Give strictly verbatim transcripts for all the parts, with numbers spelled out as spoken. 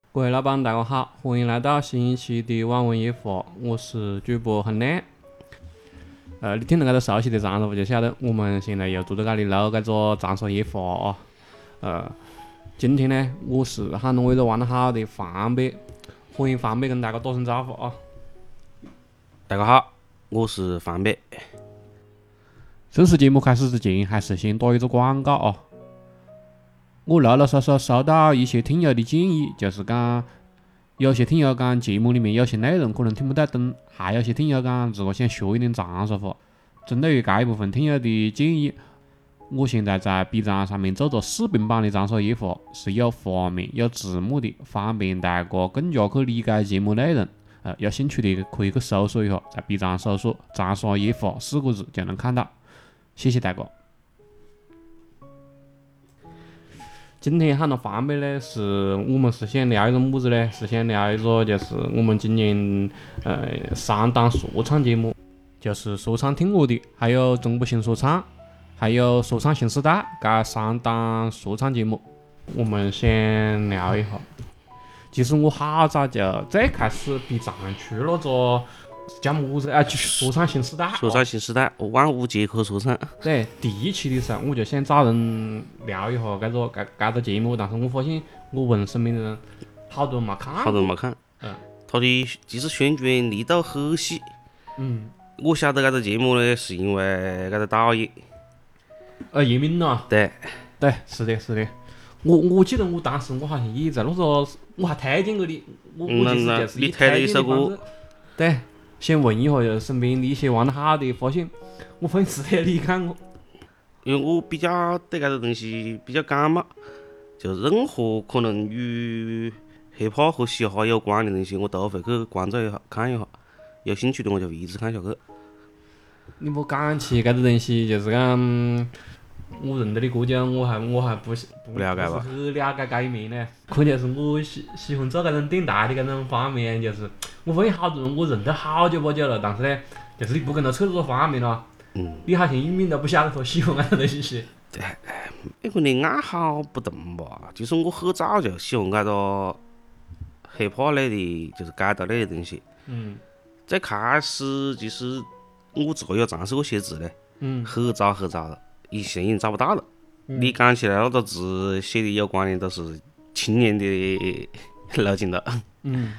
各位老板，大家好，欢迎来到新一期的网文夜话，我是主播很亮。呃，你听到这个熟悉的长沙话就晓得，我们现在又坐在这里录这个长沙夜话啊。呃，今天呢，我是喊了我一个玩得好的范贝，欢迎范贝跟大家打声招呼啊。 大家好，我是范贝。 正式节目开始之前，还是先打一个广告啊。我陆陆续续收到一些听友的建议，就是讲有些听友讲节目里面有些内容可能听不太懂，还有些听友讲自个想学一点长沙话。针对于这一部分听友的建议，我现在在 B 站上面做着视频版的长沙夜话，是有画面、有字幕的，方便大家更加去理解节目内容。呃，有兴趣的可以去搜索一下，在 B 站搜索“长沙夜话”四个字就能看到。谢谢大家。今天喊了范贝呢，是我们是想聊一个么子呢？是想聊一个就是我们今年呃三档说唱节目，就是说唱听我的，还有中不行说唱，还有说唱新时代这三档说唱节目，我们先聊一下。其实我好早就最开始 B 站出了个叫么子啊？说唱新时代。 说唱新时代，万物皆可说唱。 对，第一期的时候我就想找人聊一下这个这这个节目，但是我发现我问身边的人，好多人没看。 好多人没看。 嗯。 他的其实宣传力度很细。 嗯。 我晓得这个节目呢，是因为这个导演。 呃，叶敏呐。 对。 对，是的，是的。我我记得我当时我好像也在那个，我还推荐给你，我我其实就是你推了一首歌。 对。想问一下，就是身边的一些玩得好的，发现我发现只有你看过。 因为我比较对这个东西比较感冒，就任何可能与 hiphop 和嘻哈有关的东西，我都会去关注一下、看一下。有兴趣的我就一直看下去。 你不讲起这个东西，就是讲我认得的歌家，我还我还不不了解吧？ 不是很了解这一面呢。可能就是我喜喜欢做这种电台的这种方面，就是我发现好多人我认得好久不久了，但是呢，就是你不跟他扯这个方面了， 嗯， 你好像一点都不晓得他喜欢这个东西。 对，每个人爱好不同吧。就是我很早就喜欢这个 hiphop 类的，就是街头类的东西。 嗯。 最开始其实我自个有尝试过写字的， 嗯， 很早很早了，现在已经找不到了。 嗯、 你讲起来那个字写的有关的，都是青年的路径了。 嗯。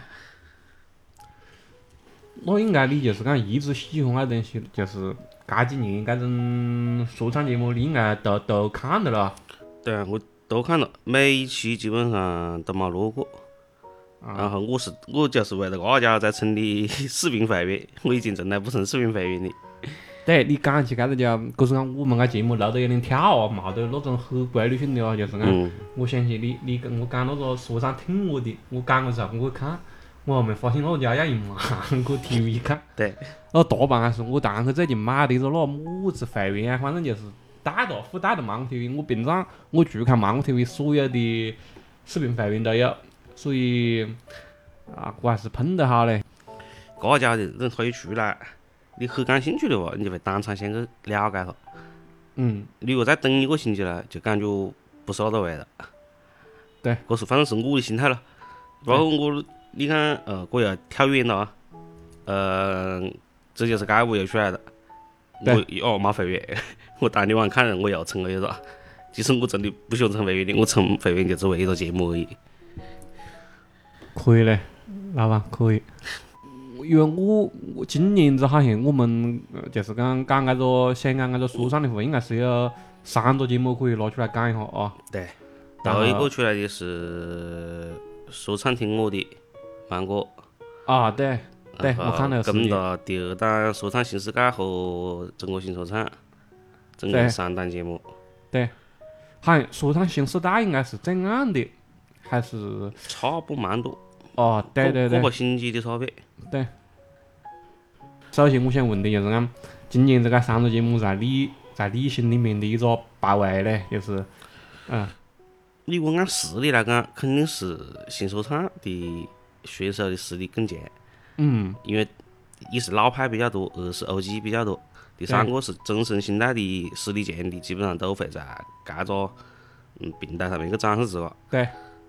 那应该你就是讲一直喜欢这东西，就是这几年这种说唱节目，你应该都都看的了。 对啊，我都看了，每一期基本上都没落过。 啊、 然后我是我就是为了这家在成立视频会员，我已经从来不充视频会员的。 对，你讲起这个就，就是讲我们这节目录得有点跳啊，冇得那种很规律性的啊，就是讲， 嗯、 我想起你你跟我讲那个说唱听我的，我讲的时候我去看，我还没发现那家要用慢去 T V 看。 对。 那大半还是我当时最近买的一个那么子会员啊，反正就是带的附带的芒果 T V，我平常我就看芒果 T V 所有的视频会员都有，所以啊，我还是碰得好嘞。 这家的人他一出来，你很感兴趣的话，你就会当场先去了解他。 嗯。 你如果再等一个星期呢，就感觉不是那个味道。 对。 这是反正是我的心态了。包括我，你看，呃，我又跳远了啊。呃，这就是街舞又出来了。我哦没会员，我当天晚看人我又充了一个。其实我真的不喜欢充会员的，我充会员就是为一个节目而已。 可以嘞，老板可以。因为我我今年子好像我们就是讲讲这个想讲这个说唱的话，应该是有三个节目可以拿出来讲一下啊。 对，头一个出来的是说唱听我的芒果。 啊，对对，我看了。 跟到第二档说唱新世界和中国新说唱，总共三档节目。 对，好像说唱新时代应该是最暗的，还是差不蛮多。 哦，对对对， 个个星期的差别。 对。首先我想问的就是讲，今年这个三个节目在你在你心里面的一个排位呢，就是，嗯。 如果按实力来讲，肯定是新说唱的选手的实力更强。 嗯。 因为一是老派比较多，二是 O G 比较多，第三个是中生新代的实力强的，基本上都会在这个嗯平台上面去展示自个。 对。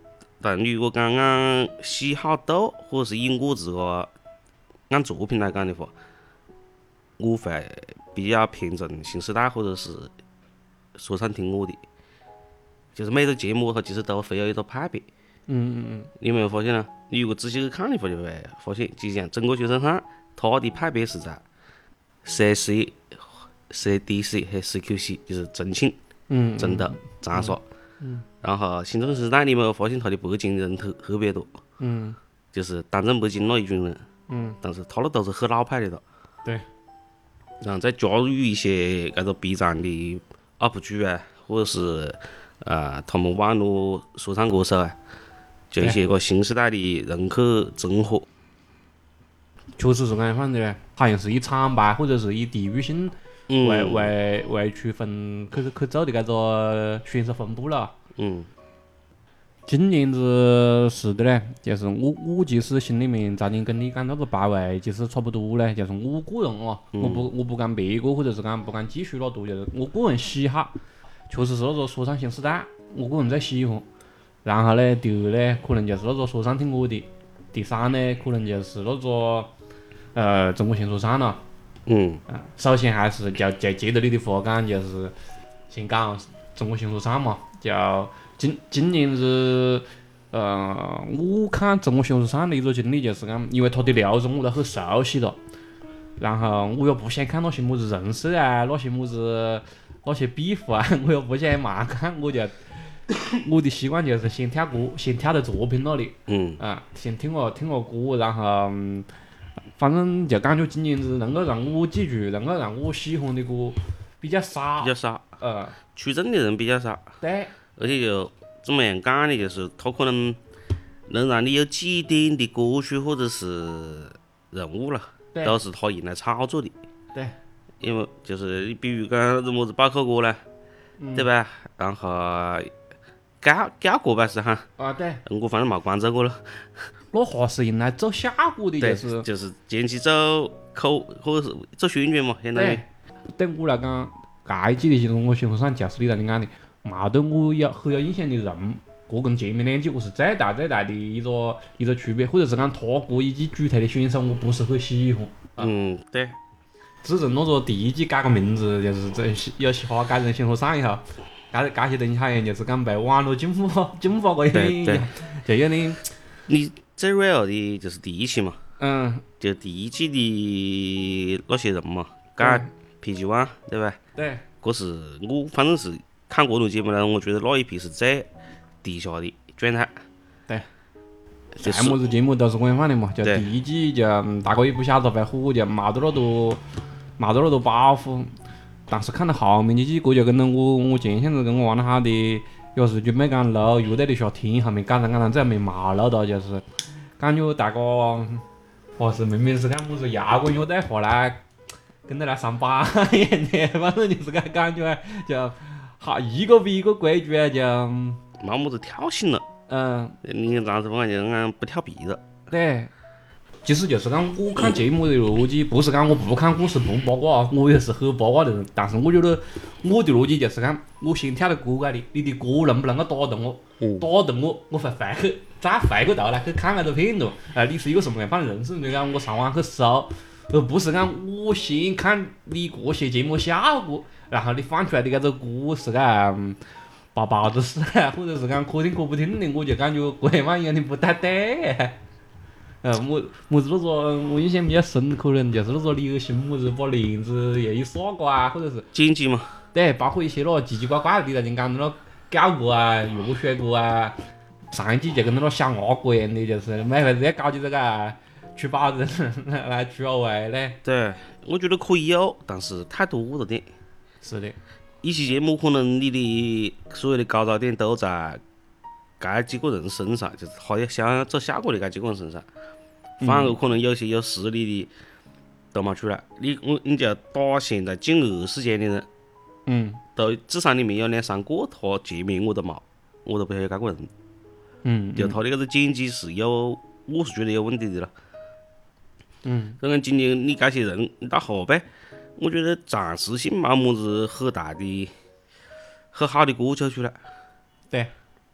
但如果刚刚喜好度，或者是以我自个按作品来讲的话，我会比较偏重新时代或者是说唱听我的，就是每个节目它其实都会有一个派别。 嗯嗯嗯， 你有没有发现呢？你如果仔细去看的话，就会发现，就像整个学生上，它的派别是在 C C、C D C 和 C Q C， 就是重庆、 嗯， 正斗、长沙。嗯。然后新中时代，你有没有发现它的北京人特特别多？ 嗯。 就是单正北京那一群人。 嗯。 但是他那都是很老派的了。 对。 然后再加入一些那个 B 站的 U P 主啊，或者是呃他们网络说唱歌手啊。就一些个新时代的人去整合， 确实是这样放的嘞，好像是以厂牌或者是以地域性为为为区分去去做的搿个选手分布了。 嗯。 今年子是的嘞，就是我我其实心里面昨天跟你讲那个排位其实差不多嘞，就是我个人哦，我不我不讲别个，或者是讲不讲继续那多，就是我个人喜好，确实是那个说唱新时代，我个人最喜欢。然后呢，第二呢，可能就是那个说唱听我的；第三呢，可能就是那个呃中国新说唱了。 嗯。 啊，首先还是就就接着你的话讲，就是先讲中国新说唱嘛。就今今年子，呃，我看中国新说唱的一个经历就是讲，因为它的内容我都很熟悉了，然后我又不想看那些么子人设啊，那些么子那些比服啊，我又不想慢看，我就。我的习惯就是先跳歌，先跳到作品那里。 嗯。 啊，先听个听个歌，然后、嗯、反正就感觉今年子能够让我记住、能够让我喜欢的歌比较少。 比较少。 呃。 取证的人比较少。 对。 而且就怎么样讲呢？就是他可能能让你有记点的歌曲或者是人物了，都是他用来炒作的。 对。 因为就是你比如讲什么子爆口歌呢， 嗯、 对吧？然后。搞搞过吧是哈？ 啊对。 我反正没关注过了。 那哈是用来做效果的，就是。 就是前期走口或者是做宣传嘛，相当于。 对我来讲，这一季的中国新说唱就是你刚才讲的，没对我有很有印象的人，这跟前面两季我是最大最大的一个一个区别，或者是讲他这一季主题的选手我不是很喜欢。 嗯，对。 自从那个第一季改个名字，就是这有嘻哈改成新说唱以后。这这些东西好像就是讲被网络净化净化过一点，就有点。 你最主要的就是第一期嘛。 嗯。 就第一季的那些人嘛，改 P G One 对吧？ 对。 这是我反正是看这种节目来，我觉得那一批是最低下的状态。 对。啥么子节目都是这样放的嘛，就第一季就大家也不晓得会火，就没得那多没得那多保护。但是看到后面几季，这就跟着我我前些子跟我玩得好的，也是准备讲录乐队的下听，后面讲着讲着最后面没录到，就是感觉大家还是明明是讲么子摇滚乐队下来跟着来上班一样的，反正就是搿感觉，就好一个比一个规矩就没么子跳性了。 嗯。 你看长子方就讲不跳皮了。 对。其实就是讲，我看节目的逻辑，不是讲我不看故事不八卦，我也是很八卦的人。但是我觉得我的逻辑就是讲，我先跳到歌高里，你的歌能不能够打动我？打动我，我会回去再回过头来去看那个片段。啊，你是一个什么样的人设？就讲我上网去搜，而不是讲我先看你这些节目效果，然后你放出来的搿个歌是个包包子事，或者是讲可听可不听的，我就感觉这玩意有点不太对。呃，么么子那个我印象比较深，可能就是那个流行么子把链子又一刷过啊，或者是剪辑嘛。 对，包括一些那奇奇怪怪的，你头前讲的那搞歌啊、热血歌啊，上一季就跟那个小鸭歌一样的，就是每回都要搞起这个出包子来出下位嘞。 对，我觉得可以有，但是太多了点。 是的。 一期节目可能你的所有的高潮点都在这几个人身上，就是他要想要做效果的这几个人身上。反而可能有些有实力的都没出来，你我你就打现在近二十届的人， 嗯， 都至少里面有两三个他界面我都冇，我都不晓得这个人， 嗯， 就他的这个剪辑是有，我是觉得有问题的了。 嗯， 刚刚今年你这些人你到后背，我觉得暂时性冇么子很大的很好的歌走出来。 对。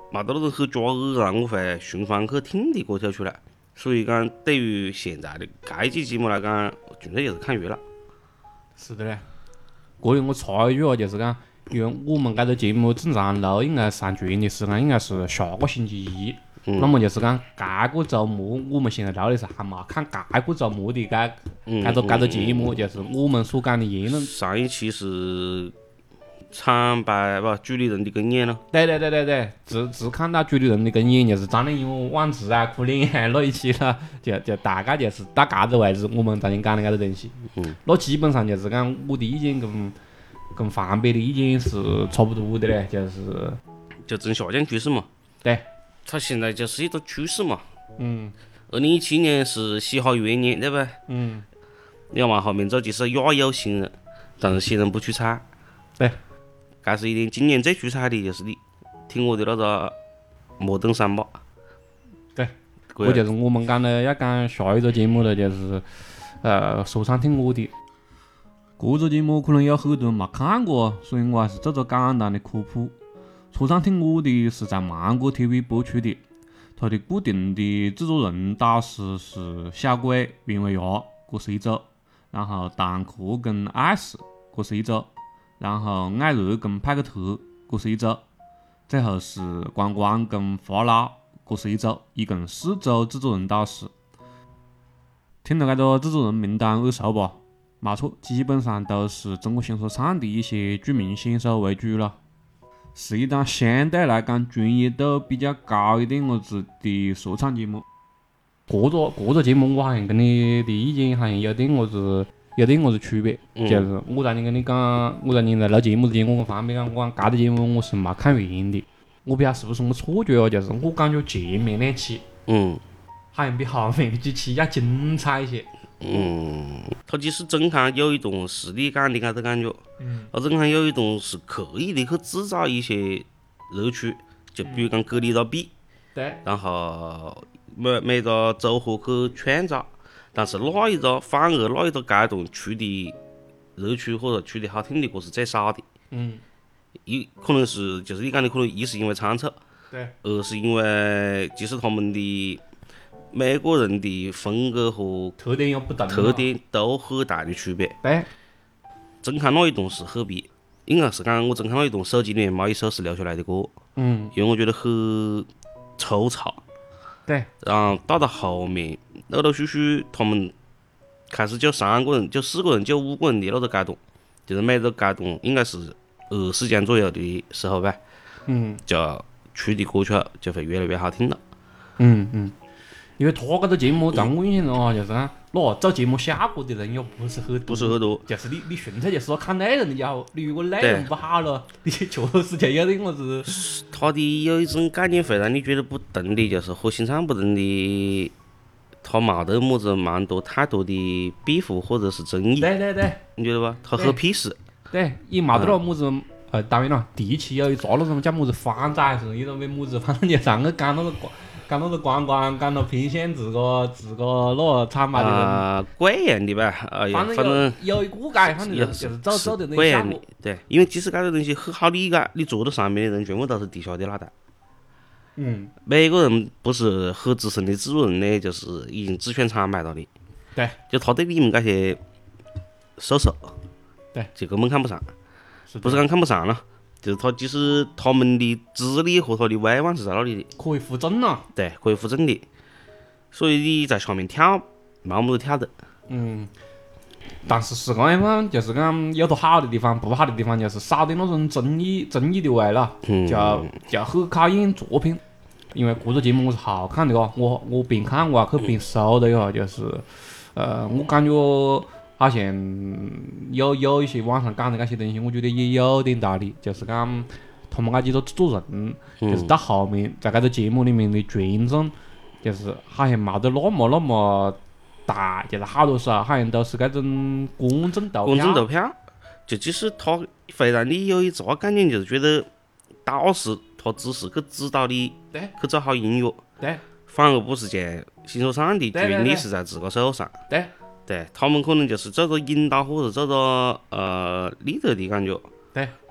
没得那种很抓耳啊，我会循环去听的歌跳出来。所以讲，对于现在的这期节目来讲，纯粹就是看热闹。 是的嘞。这里我插一句哦，就是讲，因为我们这个节目正常录应该上传的时间应该是下个星期一， 嗯、 那么就是讲这个周末我们现在录的是还没看这个周末的这嗯这个这个节目，就是我们所讲的言论。 上一期是惨败不主理人的根演了。 对对对对对，只只看到主理人的根演，就是张靓颖忘词啊、哭脸啊那一期了，就就大概就是到这个位置，我们昨天讲的这个东西。 嗯。 那基本上就是讲我的意见跟跟范别的意见是差不多的嘞，就是就正下降趋势嘛。 对。 它现在就是一个趋势嘛。 嗯。 二零一七年是嘻哈元年，对吧？ 嗯。 你要往后面走，就是亚有新人，但是新人不出彩。 对。 这是一点。今年最出彩的就是你听我的那个摩登三八。 对。这就是我们讲的要讲下一个节目了，就是呃说唱听我的。这个节目可能有很多人没看过，所以我还是做个简单的科普。说唱听我的是在芒果 T V 播出的，它的固定的制作人导师是小鬼、袁伟亚，这是一组；然后蛋壳跟艾斯，这是一组；然后艾热跟派克特，这是一组；最后是关关跟华纳，这是一组，一共四组制作人导师。听到这个制作人名单耳熟吧？没错，基本上都是中国新说唱的一些著名选手为主了。是一档相对来讲专业度比较高一点子的说唱节目。这个这个节目我好像跟你的意见好像有点子有点子区别， 嗯、 就是我昨天跟你讲，我昨天在录节目之前，我跟方便讲，我讲这个节目我是没看完的，我不晓得是不是我错觉哦，就是我感觉前面两期， 嗯， 好像比后面几期要精彩一些。 嗯，他即使整看有一种是你讲的搿种感觉， 嗯， 他整看有一种是刻意的去制造一些热区，就比如讲隔离到 B， 对， 然后每每个组合去创造，但是哪一个反而哪一个阶段出的热区或者出的好听的歌是最少的。 嗯， 一可能是就是你讲的，可能一是因为仓促， 对， 二是因为即使他们的每个人的风格和特点又不同， 特点都很大的区别。 对， 真看那一段是很逼，应该是讲我真看那一段手机里面没一首是留下来的歌， 嗯， 因为我觉得很粗糙。 对， 然后到到后面，陆陆续续他们开始就三个人、就四个人、就五个人的那个阶段，就是每个阶段应该是二十讲左右的时候吧， 嗯， 就出的歌曲就会越来越好听了。 嗯嗯。因为他这个节目在我印象中啊，就是讲，那做节目效果的人又不是很多， 不是很多， 就是你你纯粹就是说看内容的就好，你如果内容不好了，你确实就有点么子。 他的有一种概念会让你觉得不对的，就是和新唱不同的，他没得么子蛮多太多的比负或者是争议。 对对对， 你觉得吧？他很屁事。 对，也没得那么子。呃，当然了，第一期有一茬那种叫么子反仔，是一种为么子，反正就上去讲那个关，讲那个关关，讲到偏向自个自个那个惨败的人。 啊，贵样的吧？哎呀， 反反正有一个解，反正就是走走的那贵样的个效果。。 对，因为即使搿个东西很好理解，你坐到上面的人全部都是地下的脑袋。 嗯， 每个人不是很资深的制作人呢，就是已经自选惨败了的。 对， 就他对你们这些手手， 对， 就根本看不上。 是不是讲看不上了，就是他即使他们的资历和他的威望是在那里的， 可以扶正了。 对，可以扶正的。所以你在下面跳，没么子跳的。 嗯，但是是这样讲，就是讲有它好的地方，不好的地方就是少点那种争议争议的味了， 嗯， 就就很考验作品。因为这个节目我是好看的哦，我我边看我还去边搜的哟，就是呃，我感觉好像有有一些网上讲的那些东西，我觉得也有点道理，就是讲他们那几个制作人，就是到后面在这个节目里面的权重，就是好像没得那么那么大，就是好多时候好像都是这种观众投观众投票。 票，就即使他会让你有一个概念，就是觉得导师他只是去指导你对去做好音乐， 对反而不是讲新说唱的对对对权利是在自个手上。 对对他们可能就是做个引导或者做个呃 leader 的感觉。 对，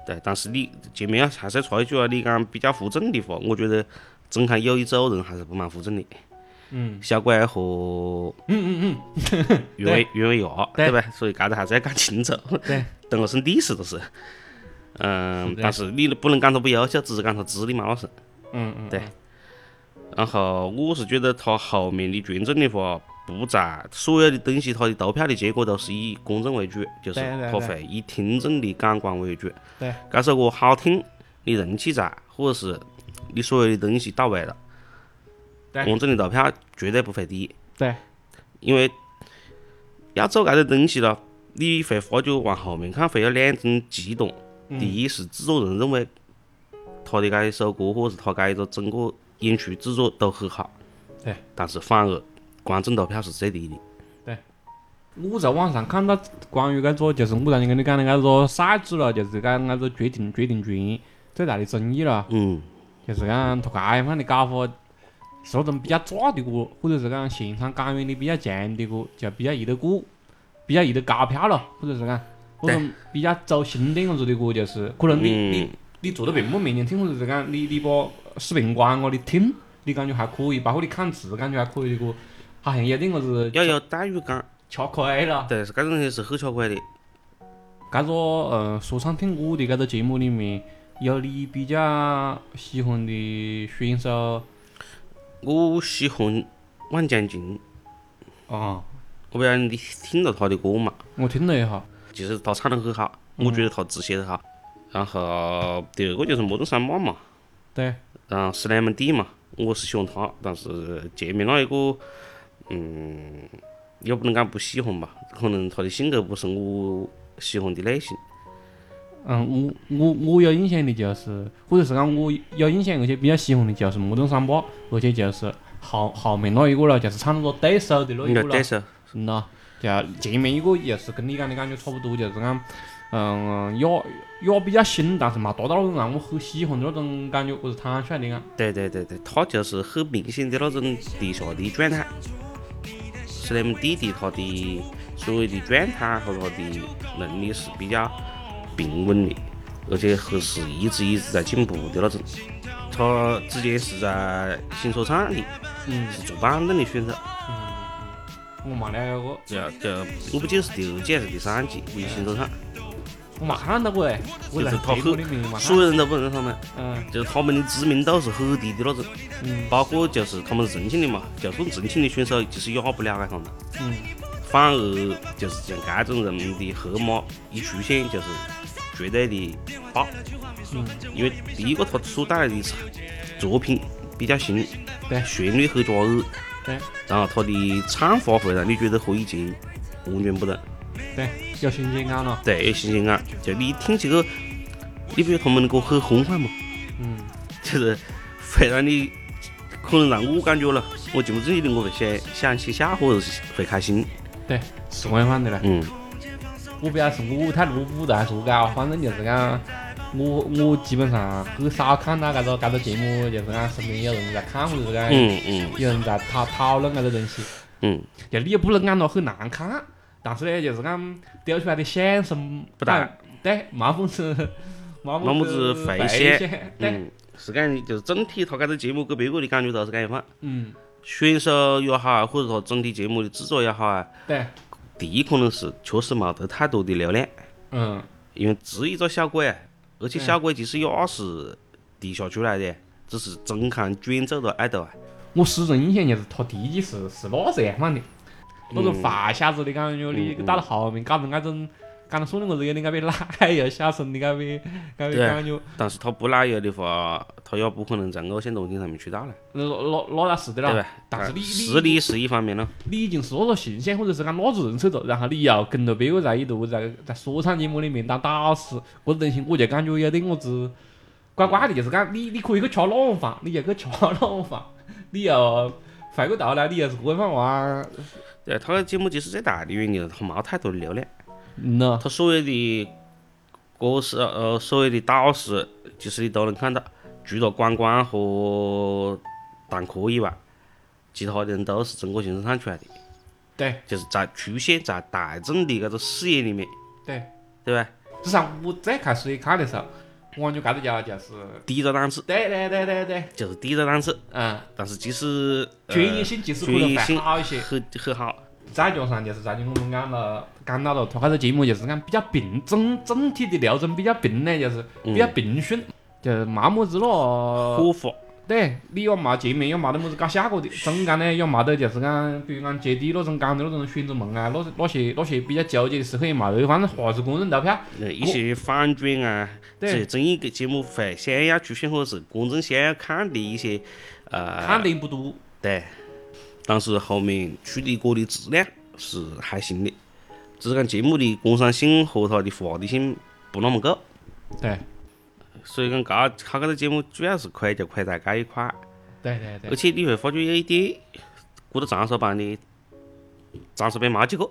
对，但是你前面还是要插一句啊，你讲比较互整的话，我觉得总看有一走人还是不蛮互整的。 嗯小怪和嗯嗯嗯， 袁伟袁伟亚， 对对吧？所以搿个还是要讲清楚。 对， 等我省底事都是。嗯是，的但是你不能讲他不优秀，只是讲他资历嘛老实。 嗯嗯， 对。然后我是觉得他后面的捐赠的话，不在所有的东西，他的投票的结果都是以公正为主，就是对对对他会以听众的感官为主。 对， 这首歌好听，你人气在，或者是你所有的东西到位了， 对公正的投票绝对不会低。 对， 因为要走搿个东西了，你会发觉往后面看会有两种激动。 嗯第一是制作人认为他的搿一首歌或者是他搿一个整个演出制作都很好， 对， 但是反而观众投票是最低的。 我在网上看到关于搿个，就是我刚才跟你讲的搿个赛制了，就是讲搿个决定决定权最大的争议了， 嗯， 就是讲他搿样的搞法，是那种比较炸的歌，或者是讲现场感染力比较强的歌，就比较易得过，比较易得高票了，或者是讲那种比较走心点样子的歌，就是可能你你嗯你坐到屏幕面前听，或者是讲你你把视频关了你听，你感觉还可以，包括你看字感觉还可以的歌，好像有点子子要有待遇感， 吃亏了。 对，是搿种东西是很吃亏的。 搿个呃说唱听歌的搿个节目里面，有你比较喜欢的选手我喜欢万将军， 啊？ 我不晓得你听了他的歌嘛？ 我听了一下， 就是他唱得很好，我觉得他字写得好。然后第二个就是摩登山马嘛， 对， 然后史莱姆蒂嘛，我是喜欢他，但是前面那一个，嗯，也不能讲不喜欢吧，可能他的性格不是我喜欢的类型。 嗯，我我我有印象的就是，或者是讲我有印象而且比较喜欢的就是摩登山巴，而且就是后后面那一个了，就是唱那个对手的那一个了应该对。手， 嗯呐，就前面一个也是跟你讲的感觉差不多，就是讲，嗯，也也比较新，但是没达到那种让我很喜欢的那种感觉，或者唱出来的讲。 对对对对，他就是很明显的那种地下的状态。史莱姆弟弟他的所谓的状态和他的能力是比较平稳的，而且还是一直一直在进步的那种。他之前是在新说唱的， 嗯是做板凳的选手， 嗯，我没了解过， 就就我不记得是第二季还是第三季的新说唱， 我没看到过哎，我在就是他节目很里面没看所。有人都不认识他们， 嗯就是他们的知名度是很低的那种， 嗯包括就是他们是重庆的嘛，就算重庆的选手就是也不了解他们。 嗯反而就是像这种人的黑马一出现，就是绝对的爆。 嗯， 因为第一个他所带来的作品比较新， 对旋律很抓耳， 对然后他的唱法会让你觉得和以前完全不同， 对，有新鲜感了。 对，有新鲜感。就你听这个，你比如他们的歌很欢快嘛， 嗯就是会让你可能让我感觉了，我进不进去的我会想想去下，或者是会开心。 对，是我也反的嘞。 嗯， 我不晓得是我太入伍还是啥，反正就是讲，我我基本上很少看到搿个搿个节目，就是讲身边有人在看，或者是讲嗯嗯有人在讨讨论搿个东西。 嗯， 就你也不能讲它很难看，但是呢，就是讲丢出来的响声不大， 对，没么子，没没么子危危险险，对， 嗯，是搿样的，就是整体他搿个节目给别个的感觉都是搿样放。 嗯， 选手也好，或者说整体节目的制作也好啊， 对， 第一可能是确实没得太多的流量， 嗯， 因为只一个小鬼啊，而且对小鬼其实也是地下出来的，只是总看卷走了爱豆啊。 我始终印象就是他第一季是是那这样放的，那种嗯发小子的感觉，你嗯到了后面搞成那种，搞得说的我这有点那边奶油小生的那边那边对感觉， 但是他不奶油的话，他也不可能在偶像动听上面出道了， 那那那倒是的了对吧。？ 但是你实你力是一方面咯， 你已经是那个形象，或者是讲那个人设了，然后你又跟着别个在一路在在说唱节目里面当导师，这东西我就感觉有点么子怪怪的，就是讲你你可以去吃那碗饭，你又去吃那碗饭，你又回过头来你又是这番话， 对，他的节目其实最大的原因就是他没太多的流量， 嗯呐， 他所有的歌手呃所有的导师，其实你都能看到，除了关关和蛋壳以外，其他的人都是中国新说唱出来的， 对就是在出现在大众的搿个视野里面， 对。 对吧？ 至少我最开始看的时候，我感觉搿个叫就是低着档次， 对对对对对， 就是低着档次， 嗯， 但是即使呃专业性其实可能会专业性好一些。 很很好。 再加上就是最近我们讲了讲到了，它搿个节目就是讲比较平，整整体的流程比较平的，就是比较平顺，就是没么子咯。 火花， 对，你也没前面也没得么子搞效果的，中间呢也没得就是讲，比如讲接地那种讲的那种选择梦啊，那那些那些比较纠结的时刻也没得，反正还是公认投票。 呃一些反转啊，这些对， 综艺节目会想要出现或者是观众想要看的一些呃， 看的也不多。 对，但是后面出的歌的质量是还行的，只是讲节目的观赏性和它的话题性不那么够。 对， 所以讲搿它搿个节目主要是亏就亏在搿一块， 对对对而。且你会发觉有一点，搿个长寿版的长寿版没几个，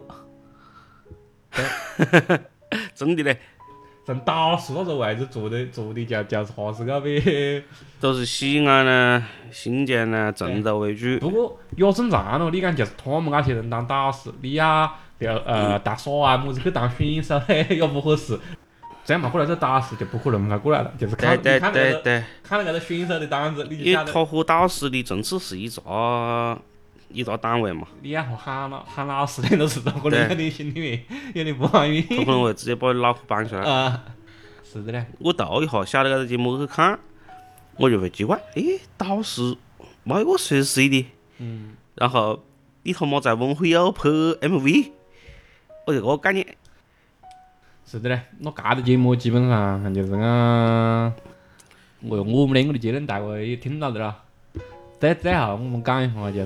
真的嘞， 从导师那个位置坐的坐的就就是还是个呗。 都是西安啦、新疆啦、成都为主。 不过也正常咯，你讲就是他们那些人当导师，你要就呃带耍啊么子去当选手嘞，也不合适。这样嘛，过来这导师就不可能再过来了，就是看对对你看那个对对， 看了那个选手的档子，你就因晓得。 为他和导师的层次是一个一个单位嘛， 你要和喊老喊老师的都是，可能有点心里面有点不安逸。 他可能会直接把你脑壳搬出来。 啊，是的嘞。 我头一下晓得搿个节目去看，我就会奇怪，诶，导师没一个熟悉的， 嗯， 然后你他妈在文汇友拍 M V，我就搿个概念。 是的嘞。那搿个节目基本上就是讲，我我们两个的结论大概也听到的了。再最后我们讲一下就是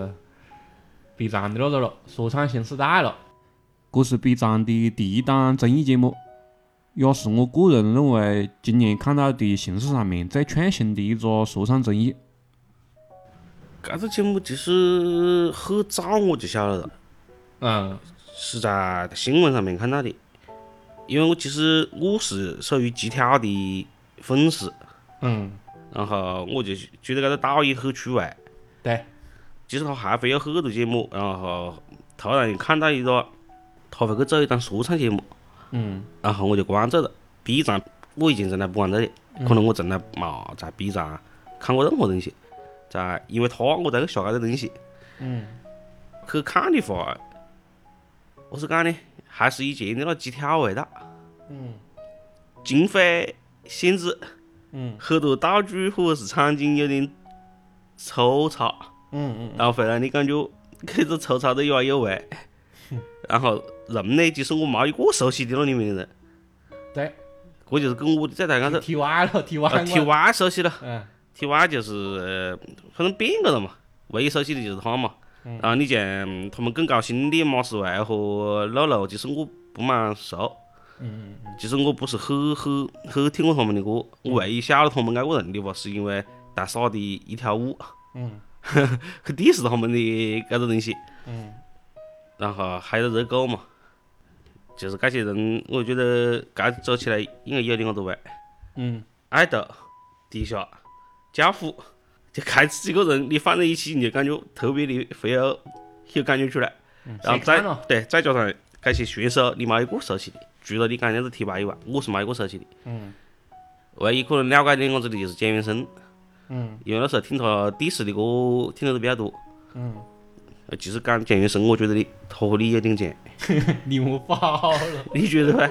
B 站的那个了，说唱新时代了。这是 B 站的第一档综艺节目，也是我个人认为今年看到的形式上面最创新的一个说唱综艺。 搿个节目其实很早我就晓得了， 嗯是在新闻上面看到的。因为我其实我是属于极挑的粉丝， 嗯， 然后我就觉得搿个导演很出位。 对， 其实他还会有很多节目，然后突然看到一个他会去做一档说唱节目， 嗯然后我就关注了。B 站我以前从来不关注的，可能我从来没在 B 站看过任何东西，在因为他我才去下搿个东西。 嗯， 去看的话，我是讲呢，还是以前的那几条味道， 嗯经费限制， 嗯很多道具或者是场景有点粗糙， 嗯嗯然后会让你感觉这个粗糙的有来有味。然后人呢，其实我没一个熟悉的那里面的人， 对， 这就是跟我的最大感受。 T Y 了，T Y 呃，T Y 熟悉了嗯 ，T Y 就是呃反正变个了嘛，唯一熟悉的就是他嘛。然后你像他们更高薪的马思唯和露露，其实我不蛮熟。 嗯其实我不是很很很听过他们的歌，我唯一晓得他们那个人的话，是因为大傻的一条舞， 嗯去 diss 他们的搿个东西。 嗯然后还有热狗嘛，就是这些人，我觉得搿走起来应该有点个多味。 嗯， 爱豆、地下、教父，就开这几个人，你放在一起，你就感觉特别的会有有感觉出来。然后再谁看了对，再加上这些选手，你没一个熟悉的，除了你刚才子提拔以外，我是没一个熟悉的。 嗯唯一可能了解点我子的就是简元生， 嗯因为那时候听他第四的歌听得都比较多。 嗯， 呃其实讲简元生，我觉得你他和你有点像， 你没法了。 你觉得呢？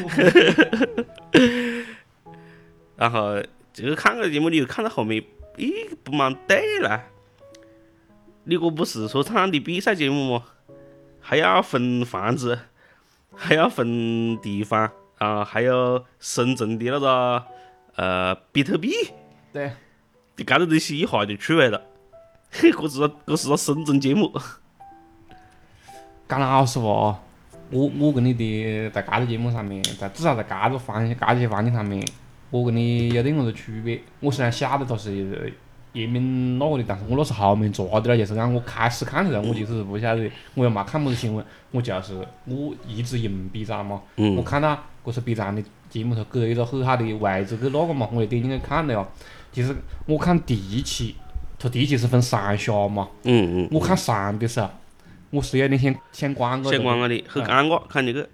然后这个看个节目，你就看到后面，咦，不蛮对了。你这不是说唱的比赛节目吗？还要分范子，还要分地方，啊，还有深圳的那个呃比特币， 对， 你搿个东西一下就出来了。嘿，这是这是个深圳节目。 讲老实话哦，我我跟你的在搿个节目上面，在至少在搿个方向、搿些方向上面，我跟你有点个子区别。我虽然晓得它是页面那个的，但是我那是后面抓的了，就是讲我开始看的时候，我其实是不晓得，我又没看么子新闻，我就是我一直用 B 站嘛，我嗯看到这是 B 站的节目，它给一个很好的位置去那个嘛，我就点进去看了哟。其实我看第一期，它第一期是分上下嘛， 嗯嗯， 我看上的时候，我是有点想想关个的， 先关了的，很尴尬，看这个。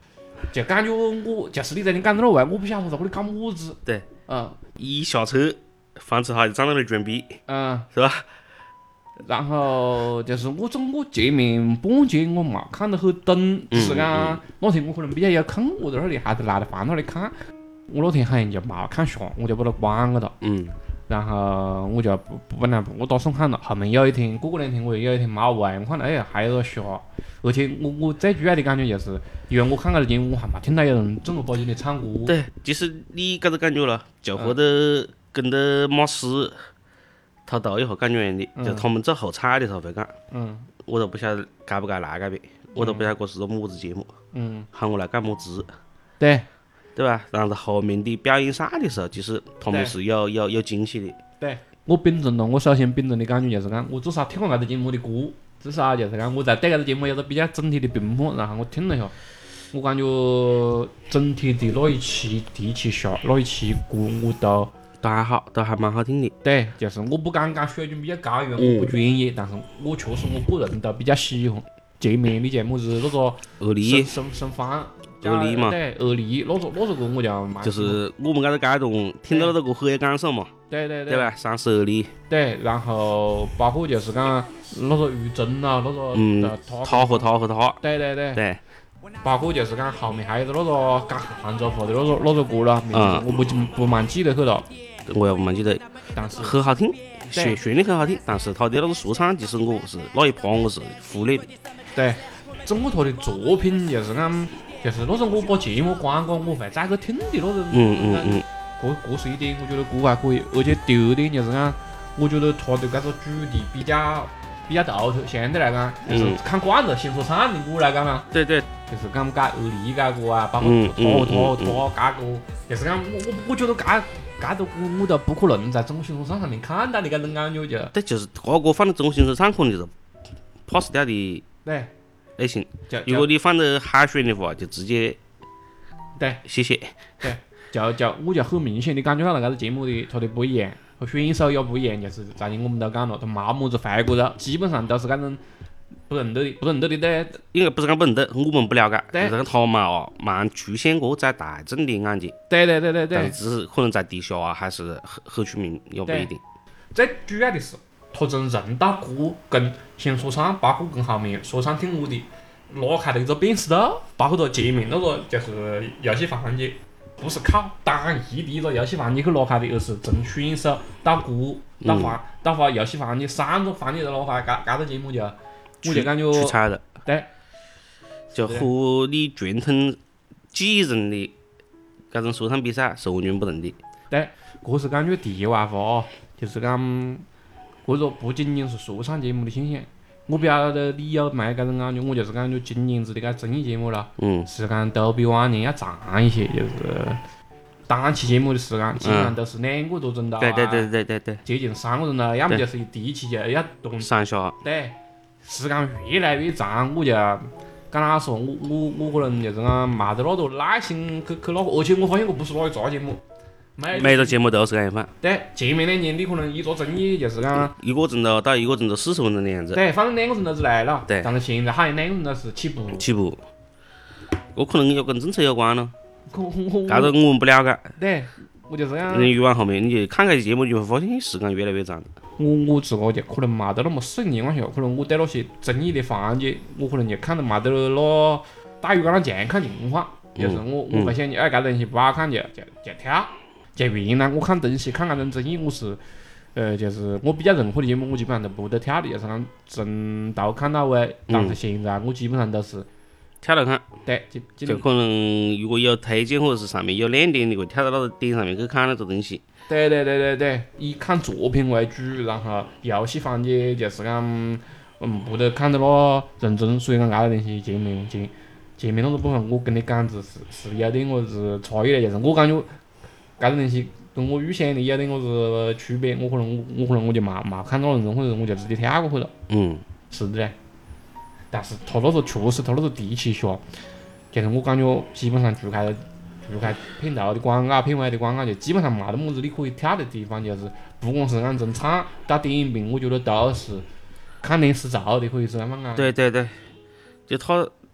就感觉我就是你在你赶到那外，我不晓得在这里搞么子。 对， 嗯一下车放车哈就长到那卷逼， 嗯， 是吧？ 然后就是我整个界面本节我嘛看得很懂，只是讲那天我可能比较有空，我在那里还是来得放那里看。我那天好像就没看下，我就把它关了的。 嗯， 然后我就不不本来不打算看了，后面有一天过过两天我又有一天没玩，我看到哎还有个下，而且我我最主要的感觉就是，因为我看到的节目我还没听到有人正儿八经的唱歌。 对，就是你搿个感觉了，就和得跟着马斯讨豆以后感觉一样的，就他们走后场的时候会讲， 嗯， 我都不晓得该不该来改变，我都不晓得这是个么子节目， 嗯， 喊我来干么子， 对对吧？然后后面的表演赛的时候，其实他们对是有有有惊喜的。 对，我秉承了我首先秉承的感觉就是讲，我至少听过搿个节目的歌，至少就是讲我在对搿个节目有个比较整体的评判，然后我听了一下，我感觉整体的那一期第一期下那一期歌我都都还好，都还蛮好听的。 对，就是我不敢讲水准比较高，因为我不专业，但是我确实我个人都比较喜欢。界面的节目是那个二力申申申方， 二力嘛， 对，二力那个那个歌我就蛮就是我们搿个阶段听到了这个很有感受嘛， 对对对吧？三十二力， 对，然后包括就是讲那个于真啊，那个嗯呃他他和他和他， 对对对， 对， 包括就是讲后面还有个那个讲杭州话的那个那个歌了，名字我不记不蛮记得去了， 我也不蛮记得， 但是很好听，旋旋律很好听，但是他的那个说唱，其实我是那一趴我是忽略的。 对，整个他的作品就是讲，就是那时候我把节目关过，我会再去听的那种。 嗯嗯嗯， 这这是一点，我觉得歌还可以。而且第二点就是讲，我觉得他的这个主题比较比较独特，相对来讲，就是看惯了新说唱的歌来讲嘛， 对对， 就是讲改二力改歌啊，包括嗯他和他嗯和他改歌，就是讲我我我觉得改改的歌我都不可能在中新说唱上面看到的搿种感觉就。 对，就是他歌放到中新说唱可能就是 pass 掉的对。 类型。 就如果你放到海选的话，就直接对谢谢。 对，就就我就很明显的感觉到了搿个节目的它的不一样，和选手也不一样，就是昨天我们都讲了，他没么子坏歌了，基本上都是搿种不认得的，不认得的对。 应该不是讲不认得，我们不了解， 对就是讲他们哦，蛮出现过在大众的眼前， 对对对对对但。是只是可能在地下啊，还是很很出名，也不一定。 最主要的是，他从认到歌跟新说唱，包括跟后面说唱听我的拉开了一个辨识度，包括他界面那个就是游戏环节，不是靠单一的一个游戏环节去拉开的，而是从选手到歌到环到环游戏环节三个环节都拉开，搿搿个节目就我就感觉出彩了， 对， 就和你传统记忆中的搿种说唱比赛是完全不同的。 对，这是感觉题外话哦，就是讲，这个不仅仅是说唱节目的现象，我不晓得你有没搿种感觉，我就是感觉今年子的搿综艺节目了， 嗯， 时间都比往年要长一些，就是单期节目的时间基本上都是两个多钟头啊， 对对对对对对， 接近三个钟头，要么就是第一期就要动， 上下， 对，时间越来越长，我就讲老实话，我我我可能就是讲没得那多耐心去去那个，而且我发现我不是哪一杂节目。 每个节目都是搿样放， 对，前面两年你可能一个综艺就是讲， 一个钟头到一个钟头四十分钟的样子， 对，反正两个钟头就来了。 对但是现在好像两个钟头是起步。 起步。我可能也跟政策有关咯， 我我搿个我们不了解。 对，我就是讲， 人越往后面，你就看搿些节目，你就会发现时间越来越长。 我我自个就可能没得那么适应情况下，可能我对那些综艺的环节，我可能就看得没得那大鱼竿那强看情况，就是我我会想，哎，搿东西不好看就就就跳。就原来我看东西看搿种综艺，我是，呃，就是我比较认可的节目，我基本上都不得跳的，就是讲从头看到尾。但是现在我基本上都是跳来看， 对，就就就可能如果有推荐或者是上面有亮点，你会跳到那个点上面去看那个东西。 对对对对对，以看作品为主，然后游戏环节就是讲，嗯，不得看得那认真，所以讲搿个东西前面前前面那个部分，我跟你讲是是是有点我是差异的，就是我感觉搿个东西跟我预想的有点我是区别，我可能我我可能我就没没看到认真，或者我就直接跳过去了。 嗯， 是的嘞。但是他那时候确实，他那时候第一期下，就是我感觉基本上除开除开片头的广告、片尾的广告，就基本上没得么子你可以跳的地方，就是不管是按从唱到点评，我觉得都是看脸吃醋的，可以是这样讲。 对对对，就他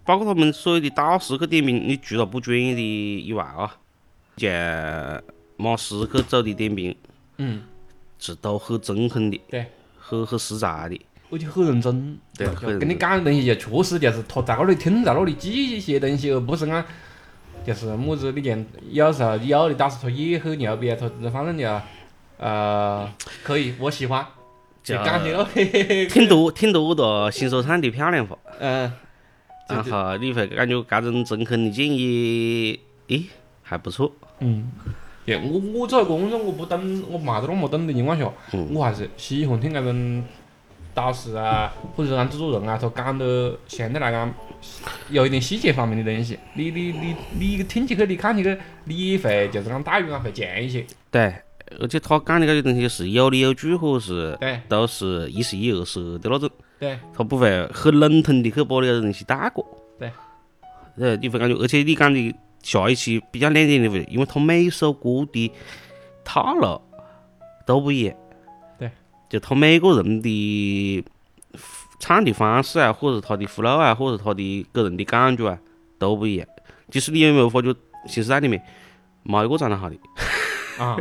包括他们所有的导师去点评，你除了不专业的以外啊，像马师去走的点评， 嗯， 是都很中肯的， 对， 很很实在的。 而且很认真， 对，很认真跟你讲的东西就确实就是他在那里听，在那里记一些东西，而不是讲就是么子。你见有时候有的导师他也很牛逼，他反正就呃可以，我喜欢，就感觉了，嘿嘿嘿， 挺多挺多的新手场的漂亮话， 嗯， 然后你会感觉这种中肯的建议，诶，还不错。 嗯。对，我我作为观众，我不懂，我嘛子那么懂的情况下， 嗯我还是喜欢听那种导师啊，或者是讲制作人啊，他讲的相对来讲有一点细节方面的东西。你你你你听起去，你看起去，你也会就是讲待遇感会强一些。 对，而且他讲的这些东西是有理有据，或是对都是一十一二十的那种， 对他不会很笼统的去把那个东西带过。 对， 呃，你会感觉，而且你讲的下一期比较亮点的会，因为他每首歌的套路都不一样。 对， 就他每个人的唱的方式啊，或者他的 flow 啊，或者他的个人的感觉啊，都不一样。其实你有没有发觉，新时代里面没一个唱得好的。 啊。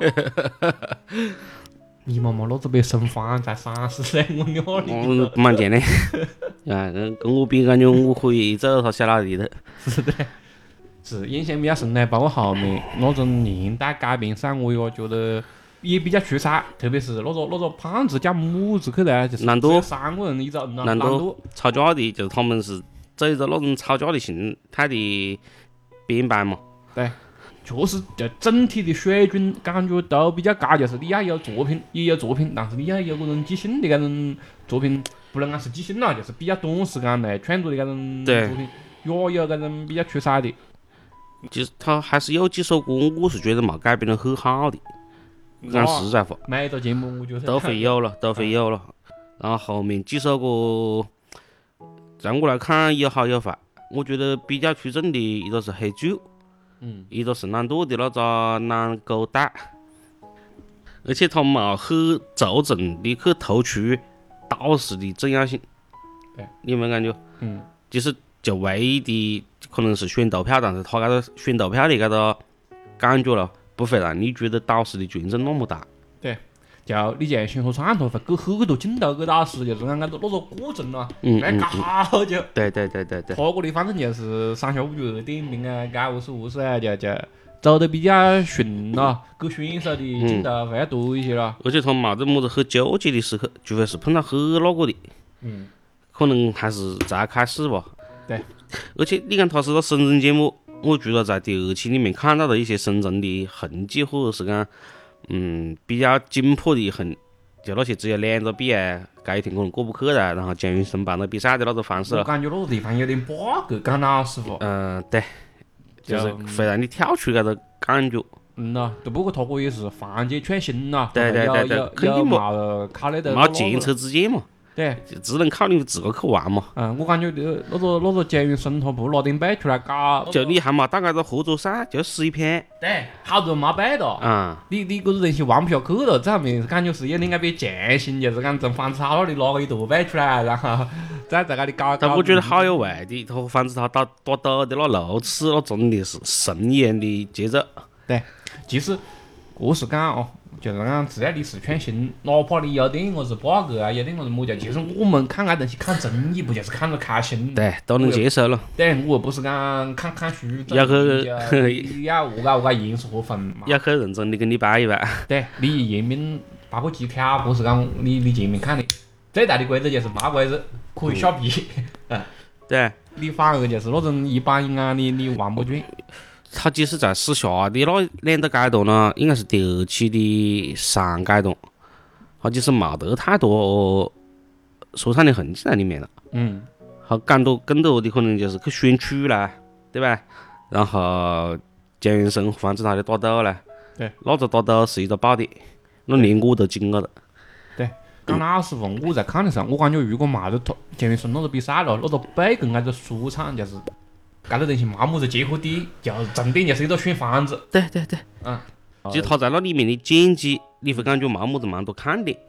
你妈妈老子被生饭才三十岁，我鸟嗯， 你！ 不蛮贱的。啊，跟跟我比，感觉我可以走他小老弟头。 是的，是印象比较深的，包括后面那种年代改编上，我也觉得也比较出彩，特别是那个那个胖子叫么子去的，就是南多只有三个人一个嗯啊， 南多南多， 吵架的，就是他们是走一个那种吵架的形态的编排嘛。 对，确实就整体的水准感觉都比较高，就是你要有作品，也有作品，但是你要有个人即兴的那种作品，不能讲是即兴了，就是比较短时间内创作的那种对作品，也有那种比较出彩的。 其实他还是有几首歌，我是觉得嘛改编得很好的，讲实在话， 每个节目我觉得都会有了，都会有了。然后后面几首歌，在我来看有好有坏。我觉得比较出众的一个是黑酒， 嗯， 一个是懒惰的那个懒狗蛋，而且他冇很着重的去突出导师的重要性。 对， 你有没有感觉？ 嗯， 就是就唯一的可能是选投票，但是他这个选投票的这个感觉了，不会让你觉得导师的权重那么大。 对，就你像新合唱，他会给很多镜头给导师，就是讲那个那个过程啊， 嗯蛮高就。 对对对对对， 他这里反正就是上下五局点评啊，该何是何是啊，就就走得比较顺了，给选手的镜头会要多一些了。 而且他冇得么子很纠结的时刻，除非是碰到很那个的， 嗯， 可能还是才开始吧。 对， 而且你看他是个生存节目，我觉得在第二期里面看到了一些生存的痕迹，或者是讲嗯比较紧迫的痕，就那些只有两个比啊，这一天可能过不去了，然后江云生办了比赛的那个方式了。 我感觉那个地方有点 bug，讲老实话。 嗯、对，就是就会让你跳出这个感觉。 嗯呐，不过他这也是犯界创新呐， 对对对对有有有肯定嘛冇靠那个没前车之鉴嘛， 对， 就只能靠你自个去玩嘛。 嗯，我感觉那个那个那个江云生他不拿点背出来搞， 就你还没打这个合作赛，就死一片对，好多人没背的。 啊、 你你搿个东西玩不下去了，这上面感觉是有点那边匠心，就是讲从房子草那里拿个一大背出来，然后再在那里搞搞。 但我觉得好有味的，他反正他打打抖的那路齿，那真的是神一样的节奏。 对，其实这是讲哦，就是讲只要你是创新，哪怕你有点个子 bug 啊，有点个子么子，其实我们看这东西看综艺不就是看着开心？ 对，都能接受了。 对，我又不是讲看看书， 要去你要何解何解赢是何分嘛？ 要去认真的跟你掰一掰。 对，你前面包括机挑，不是讲你你前面看的最大的规则就是没规则可以下笔，嗯， 对， 你反而就是那种一板一眼的，你玩不转。 他即使在私下的那两个阶段呢，应该是第二期的上阶段，他其实没得太多说唱的痕迹在里面了。 嗯， 他讲多更多的可能就是去选曲啦，对吧？然后江云生防止他的打斗啦， 对， 那个打斗是一个爆点，那连我都惊了的。 对，讲老实话，我在看的时候，我感觉如果没得他江云生那个比赛了，那个背跟那个说唱就是。搿个东西没么子结合点，就重点就是一个选房子。 对对对， 嗯， 其实他在那里面的剪辑，你会感觉没么子蛮多看点。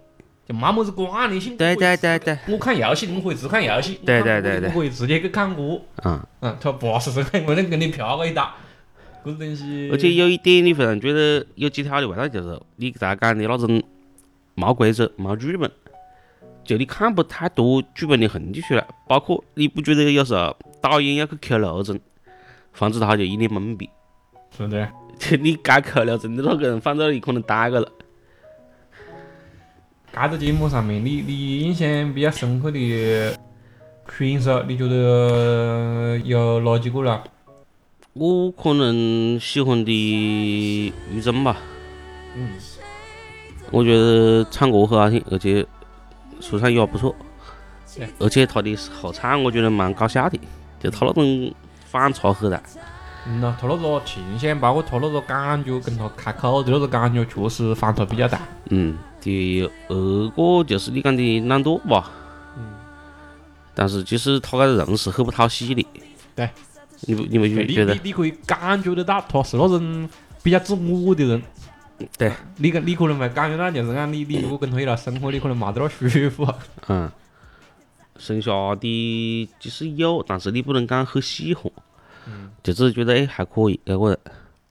就没么子管理性。 对对对对， 我看游戏，我可以只看游戏。 对对对对， 我可以直接去看歌。 嗯嗯，他不是这个，我能跟你票个一打，这种东西。 而且有一点你会让觉得有几条的味道，就是你在讲的那种冇规则、冇剧本，就你看不太多剧本的痕迹出来。包括你不觉得有时候导演要去抠漏洞，防止他就一脸懵逼。 是的。 就你该抠漏洞的那个人放这里可能呆个了。 这个节目上面，你你印象比较深刻的选手，你觉得有哪几个了？ 我可能喜欢的于正吧。 嗯。 我觉得唱歌很好听，而且说唱也不错。而且他的后唱我觉得蛮搞笑的，就他那种反差很大。 嗯呐，他那个形象，包括他那个感觉，跟他开口的那个感觉，确实反差比较大。 嗯，第二个就是你讲的懒惰吧。 嗯。 但是其实他个人是很不讨喜的。 对。 你不你不觉得？ 你你可以感觉得到，他是那种比较自我的人。 对。 你你可能会感觉到，就是讲你你如果跟他一道生活，你可能没得那舒服。 嗯。剩下的其实有，但是你不能讲很喜欢。 嗯。 就只是觉得哎还可以，这个人。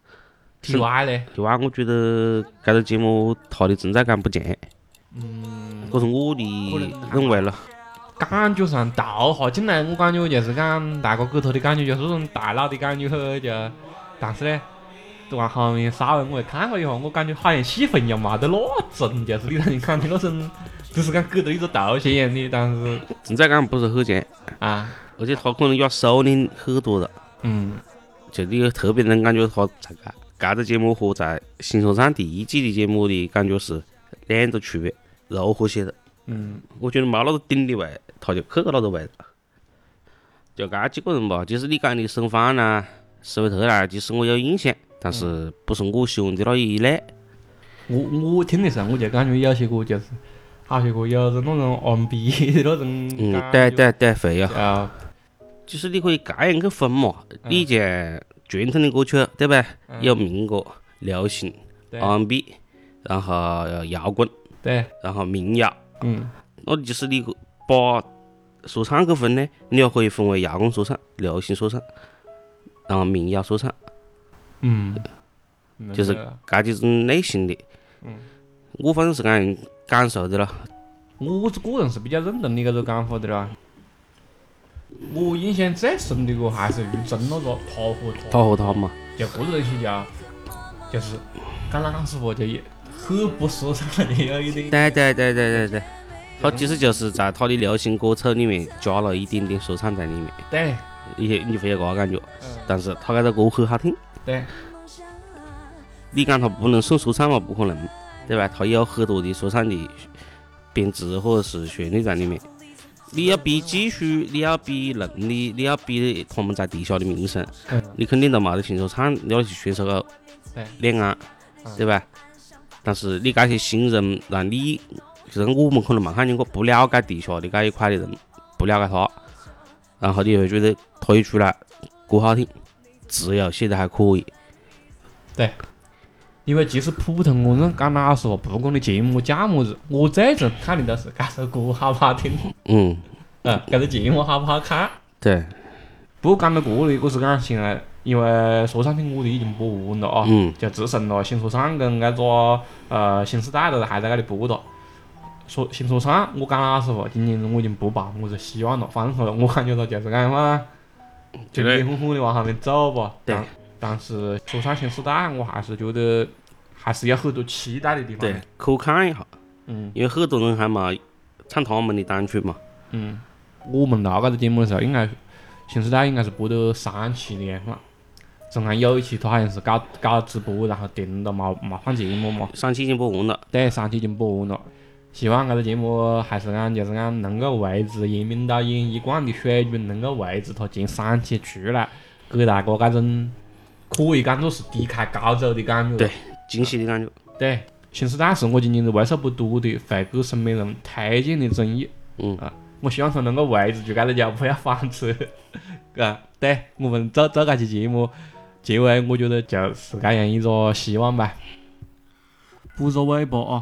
T Y 呢 ？T Y 我觉得这个节目他的存在感不强。 嗯。 这是我的认为了。 感觉上倒哈进来，我感觉就是讲大家给他的感觉就是那种大佬的感觉，就但是呢，往后面稍微我也看了一下，我感觉好像戏份也没得那重，就是你让你看的那种，只是讲给了一个头衔一样的，但是存在感不是很强啊， 而且他可能也收敛很多了。 嗯， 就你特别能感觉他在这这个节目和在《新说唱》第一季的节目的感觉是两个区别，柔和些的。 嗯， 我觉得没那个顶的味，他就去个那个味道。就这几个人吧，就是你讲的沈芳呐、史维特啦，其实我有印象，但是不是我喜欢的那一类。 我我听的时候，我就感觉有些歌就是，好些歌有种那种 R and B 的那种。 嗯，对对对，会有。 啊。 就是你可以这样去分嘛，你像传统的歌曲，对吧？有民歌、流行、R and B， 然后摇滚， 对， 然后民谣。 嗯， 那就是你把说唱去分呢，你也可以分为摇滚说唱、流行说唱，然后民谣说唱。 嗯， 就是这几种类型的。 嗯， 我反正是这样感受的了。 我个人是比较认同你这个讲法的啦。我印象最深的个还是于正那个他和他。 他和他嘛。 就这个东西叫，就是讲老实话，就也很不说唱的有一点。 对对对对对对，他其实就是在他的流行歌手里面加了一点点说唱在里面。 对。 你你会有这个感觉， 嗯、 但是他这个歌很好听。 对。 你讲他不能算说唱嘛？不可能，对吧？他有很多的说唱的编制或者是旋律在里面。你要比技术，你要比能力，你要比他们在地下的名声， 嗯、 你肯定都没得新说唱那些选手个脸啊，对吧？但是你这些新人，让你就是我们可能没看见过，不了解地下的这一块的人，不了解他，然后你会觉得他一出来歌好听，字要写得还可以。 对。因为即使普通我们讲老实话，不管你节目讲么子，我最终看的都是这首歌好不好听。 嗯。 嗯，这个节目好不好看？ 对。 不过讲到这里，我是讲现在，因为说唱听歌的已经播完了啊， 嗯、 就只剩了新说唱跟那个呃新时代的还在这里播着。说新说唱，我讲老实话，今年我已经不抱么子希望了，反正我感觉到就是讲嘛，就热乎乎的往后面走吧。 对。 但是说唱新时代，我还是觉得还是有很多期待的地方。 对，可看一下。 嗯。 因为很多人还没唱他们的单曲嘛。 嗯。我们录这个节目的时候，应该新时代应该是播了三期的嘛。正好有一期他好像是搞搞直播，然后停了没没放节目嘛。 三期已经播完了。 对，三期已经播完了。希望这个节目还是讲就是讲能够维持严明导演一贯的水准，能够维持他前三期出来，给大家这种可以讲作是低开高走的感觉。 对，惊喜的感觉。 对，新时代是我今年为数不多的会给身边人推荐的综艺。 嗯啊，我希望他能够维持住这个脚步，不要翻车。啊，对，我们做做这期节目结尾，我觉得就是这样一个希望吧。补个尾巴啊，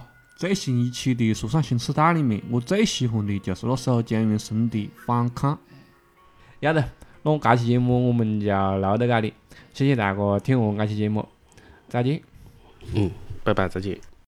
最新一期的《树上行驶档》里面，我最喜欢的就是那首姜云升的《反抗》。要得，那这期节目我们就要录到这里，谢谢大家听我这期节目，再见。 嗯，拜拜，再见。